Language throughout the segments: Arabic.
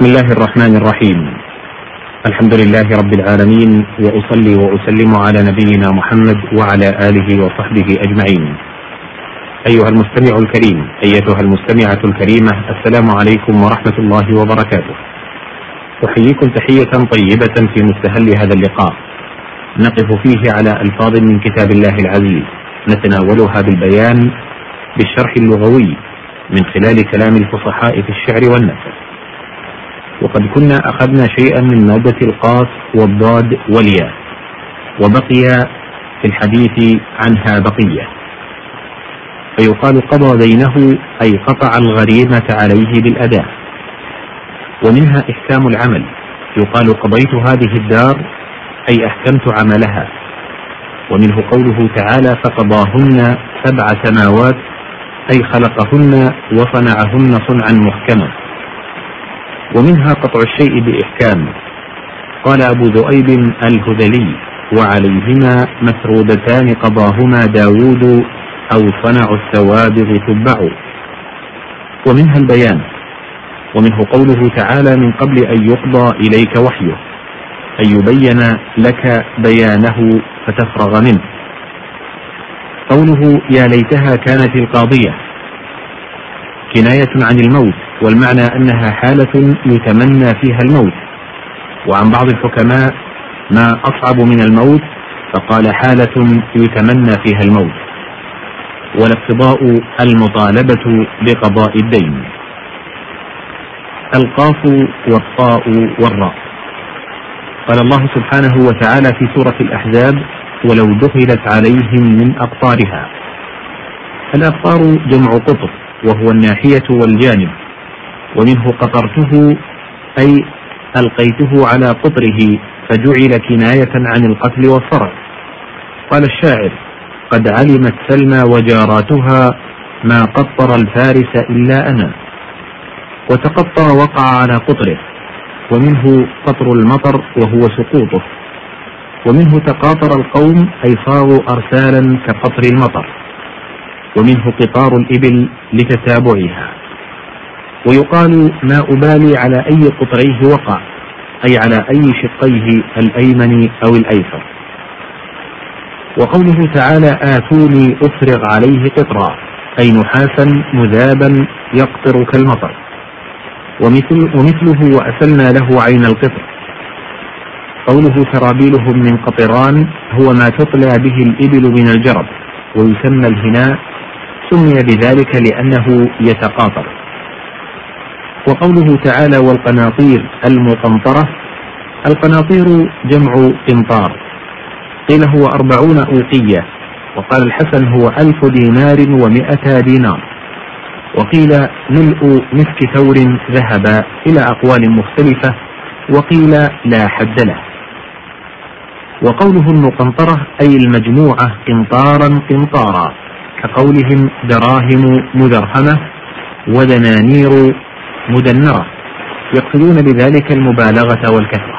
بسم الله الرحمن الرحيم. الحمد لله رب العالمين، وأصلي وأسلم على نبينا محمد وعلى آله وصحبه أجمعين. أيها المستمع الكريم، أيتها المستمعة الكريمة، السلام عليكم ورحمة الله وبركاته. أحييكم تحية طيبة في مستهل هذا اللقاء نقف فيه على ألفاظ من كتاب الله العزيز نتناولها بالبيان بالشرح اللغوي من خلال كلام الفصحاء في الشعر والنثر. وقد كنا أخذنا شيئا من مادة القاف والضاد والياء، وبقي في الحديث عنها بقية. فيقال قضى دينه أي قطع الغريمة عليه بالأداء، ومنها إحكام العمل، يقال قضيت هذه الدار أي أحكمت عملها. ومنه قوله تعالى فقضاهن 7 سماوات أي خلقهن وصنعهن صنعا محكما. ومنها قطع الشيء بإحكام، قال أبو ذؤيب الهذلي وعليهما مسرودتان قضاهما داود أو صنع السوابغ تبع. ومنها البيان، ومنه قوله تعالى من قبل أن يقضى إليك وحيه أن يبين لك بيانه فتفرغ منه. قوله يا ليتها كانت القاضية كناية عن الموت، والمعنى أنها حالة يتمنى فيها الموت. وعن بعض الحكماء ما أصعب من الموت فقال حالة يتمنى فيها الموت، والاقتضاء المطالبة بقضاء الدين. القاف والطاء والراء. قال الله سبحانه وتعالى في سورة الأحزاب ولو دخلت عليهم من أقطارها. الأقطار جمع قطر، وهو الناحية والجانب، ومنه قطرته أي ألقيته على قطره فجعل كناية عن القتل والصرع. قال الشاعر قد علمت سلمى وجاراتها ما قطر الفارس إلا أنا. وتقطر وقع على قطره، ومنه قطر المطر وهو سقوطه. ومنه تقاطر القوم أي صاروا أرسالا كقطر المطر. ومنه قطار الإبل لتتابعها. ويقال ما أبالي على أي قطريه وقع، أي على أي شقيه الأيمن أو الأيسر. وقوله تعالى آتوني أفرغ عليه قطرا أي نحاسا مذابا يقطر كالمطر. ومثله وأسلنا له عين القطر. قوله سرابيلهم من قطران هو ما تطلع به الإبل من الجرب، ويسمى الهناء، سمي بذلك لأنه يتقاطر. وقوله تعالى والقناطير المقنطرة، القناطير جمع قنطار، قيل هو 40 أوقية، وقال الحسن هو 1000 دينار و100 دينار، وقيل ملء مسك ثور ذهبا، إلى أقوال مختلفة، وقيل لا حد له. وقوله المقنطرة أي المجموعة قنطارا قنطارا، كقولهم دراهم مدرهمة ودنانير مدنرة، يقصدون بذلك المبالغة والكثرة.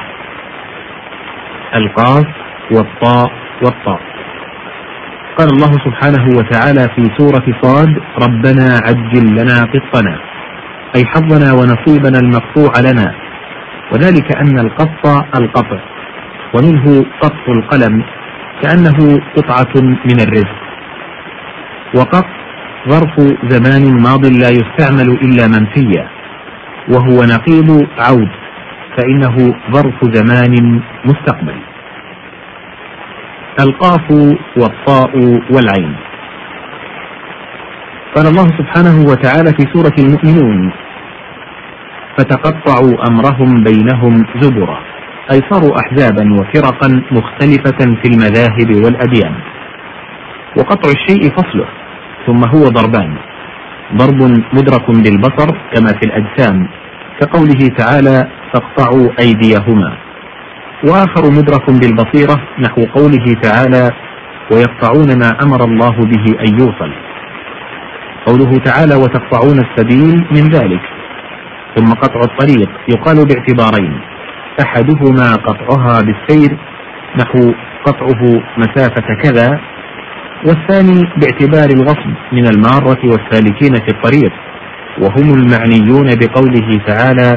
القاف والطاء والطاء. قال الله سبحانه وتعالى في سورة صاد ربنا عجل لنا قطنا أي حظنا ونصيبنا المقطوع لنا، وذلك أن القط القطع، ومنه قط القلم كأنه قطعة من الرزق. وقط ظرف زمان ماض لا يستعمل إلا منفيا، وهو نقيض عود فإنه ظرف زمان مستقبل. القاف والطاء والعين. قال الله سبحانه وتعالى في سورة المؤمنون فتقطعوا أمرهم بينهم زبرا أي صاروا أحزابا وفرقا مختلفة في المذاهب والأديان. وقطع الشيء فصله، ثم هو ضربان، ضرب مدرك بالبصر كما في الأجسام كقوله تعالى فاقطعوا أيديهما، وآخر مدرك بالبصيرة نحو قوله تعالى ويقطعون ما أمر الله به أن يوصل. قوله تعالى وتقطعون السبيل من ذلك. ثم قطع الطريق يقال باعتبارين، أحدهما قطعها بالسير نحو قطعه مسافة كذا، والثاني باعتبار الغصب من المارة والسالكين في الطريق، وهم المعنيون بقوله تعالى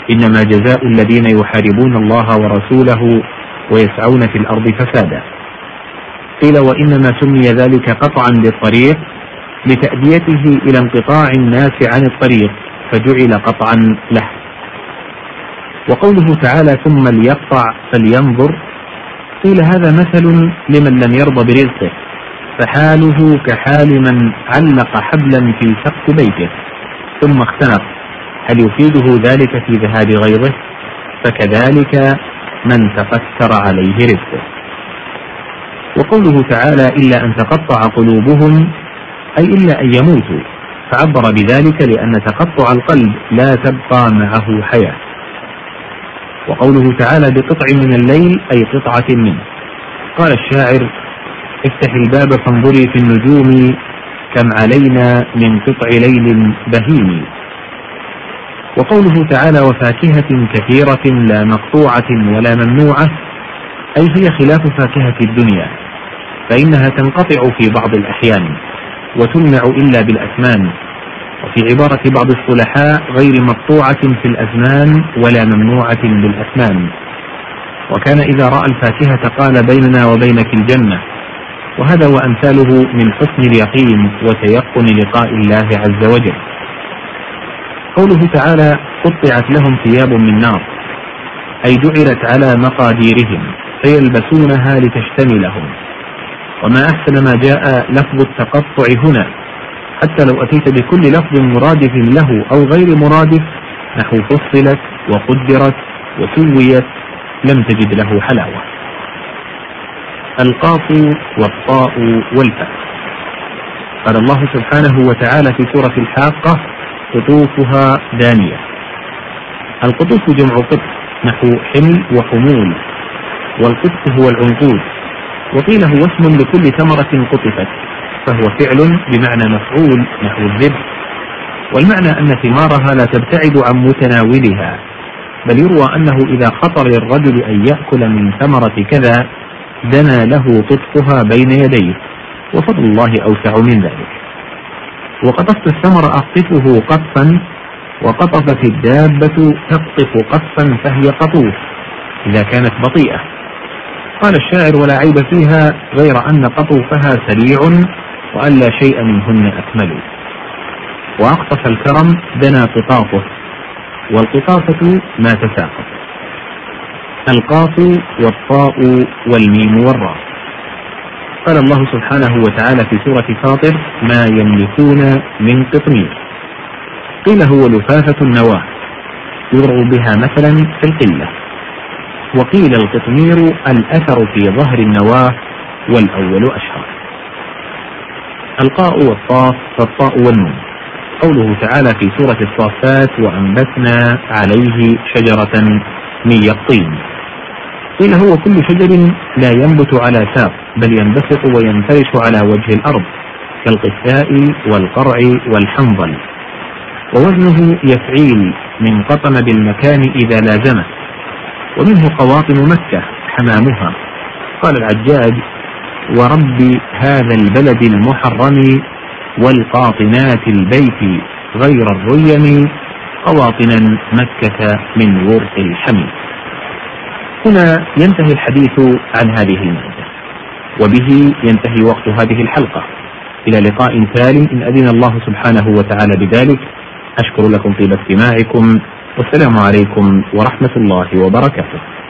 إنما جزاء الذين يحاربون الله ورسوله ويسعون في الأرض فسادا. قيل وإنما سمي ذلك قطعا للطريق لتأديته إلى انقطاع الناس عن الطريق فجعل قطعا له. وقوله تعالى ثم ليقطع فلينظر، قيل هذا مثل لمن لم يرضى برزقه، فحاله كحال من علق حبلا في سقف بيته ثم اختنق، هل يفيده ذلك في ذهاب غيظه؟ فكذلك من تقتر عليه رزقه. وقوله تعالى إلا أن تقطع قلوبهم أي إلا أن يموتوا، فعبر بذلك لأن تقطع القلب لا تبقى معه حياة. وقوله تعالى بقطع من الليل أي قطعة منه. قال الشاعر افتح الباب فانظري في النجوم كم علينا من قطع ليل بهيم. وقوله تعالى وفاكهة كثيرة لا مقطوعة ولا ممنوعة أي هي خلاف فاكهة الدنيا، فإنها تنقطع في بعض الأحيان وتمنع إلا بالأثمان، وفي عبارة بعض الصلحاء غير مقطوعة في الأزمان ولا ممنوعة بالأثمان. وكان إذا رأى الفاكهة قال بيننا وبينك الجنة، وهذا وأمثاله من حسن اليقين وتيقن لقاء الله عز وجل. قوله تعالى قطعت لهم ثياب من نار أي جعلت على مقاديرهم فيلبسونها لتشتملهم. وما أحسن ما جاء لفظ التقطع هنا، حتى لو أتيت بكل لفظ مرادف له أو غير مرادف نحو فصلت وقدرت وسويت لم تجد له حلاوة. القاف والطاء والفاء. قال الله سبحانه وتعالى في سورة الحاقة قطوفها دانية. القطوف جمع قط نحو حمل وحمول، والقط هو العنقود، وقيل هو اسم لكل ثمرة قطفت، فهو فعل بمعنى مفعول نحو الذبح، والمعنى أن ثمارها لا تبتعد عن متناولها، بل يروى أنه إذا خطر للرجل أن يأكل من ثمرة كذا دنا له قطفها بين يديه، وفضل الله أوسع من ذلك. وقطفت الثمر أقطفه قطفا، وقطفت الدابة تقطف قطفا فهي قطوف إذا كانت بطيئة. قال الشاعر ولا عيب فيها غير أن قطوفها سريع وأن لا شيء منهن أكمل. وأقطف الكرم دنا قطافه، والقطافة ما تساقط. القاف والطاء والميم والراء. قال الله سبحانه وتعالى في سورة فاطر ما يملكون من قطمير. قيل هو لفافة النواة يضرب بها مثلا في القلة، وقيل القطمير الأثر في ظهر النواة والأول أشهر. القاء والطاف فالطاء والنون. قوله تعالى في سورة الصافات وأنبتنا عليه شجرة من يقطين. قيل هو كل شجر لا ينبت على ساق بل ينبسط وينفرش على وجه الأرض كالقثاء والقرع والحنظل، ووزنه يفعيل من قطن بالمكان إذا لازمه، ومنه قواطن مكة حمامها. قال العجاج ورب هذا البلد المحرم والقاطنات البيت غير الريم قواطنا مكة من ورق الحمي. هنا ينتهي الحديث عن هذه المادة، وبه ينتهي وقت هذه الحلقة. إلى لقاء تال إن أذن الله سبحانه وتعالى بذلك. أشكر لكم طيب استماعكم، والسلام عليكم ورحمة الله وبركاته.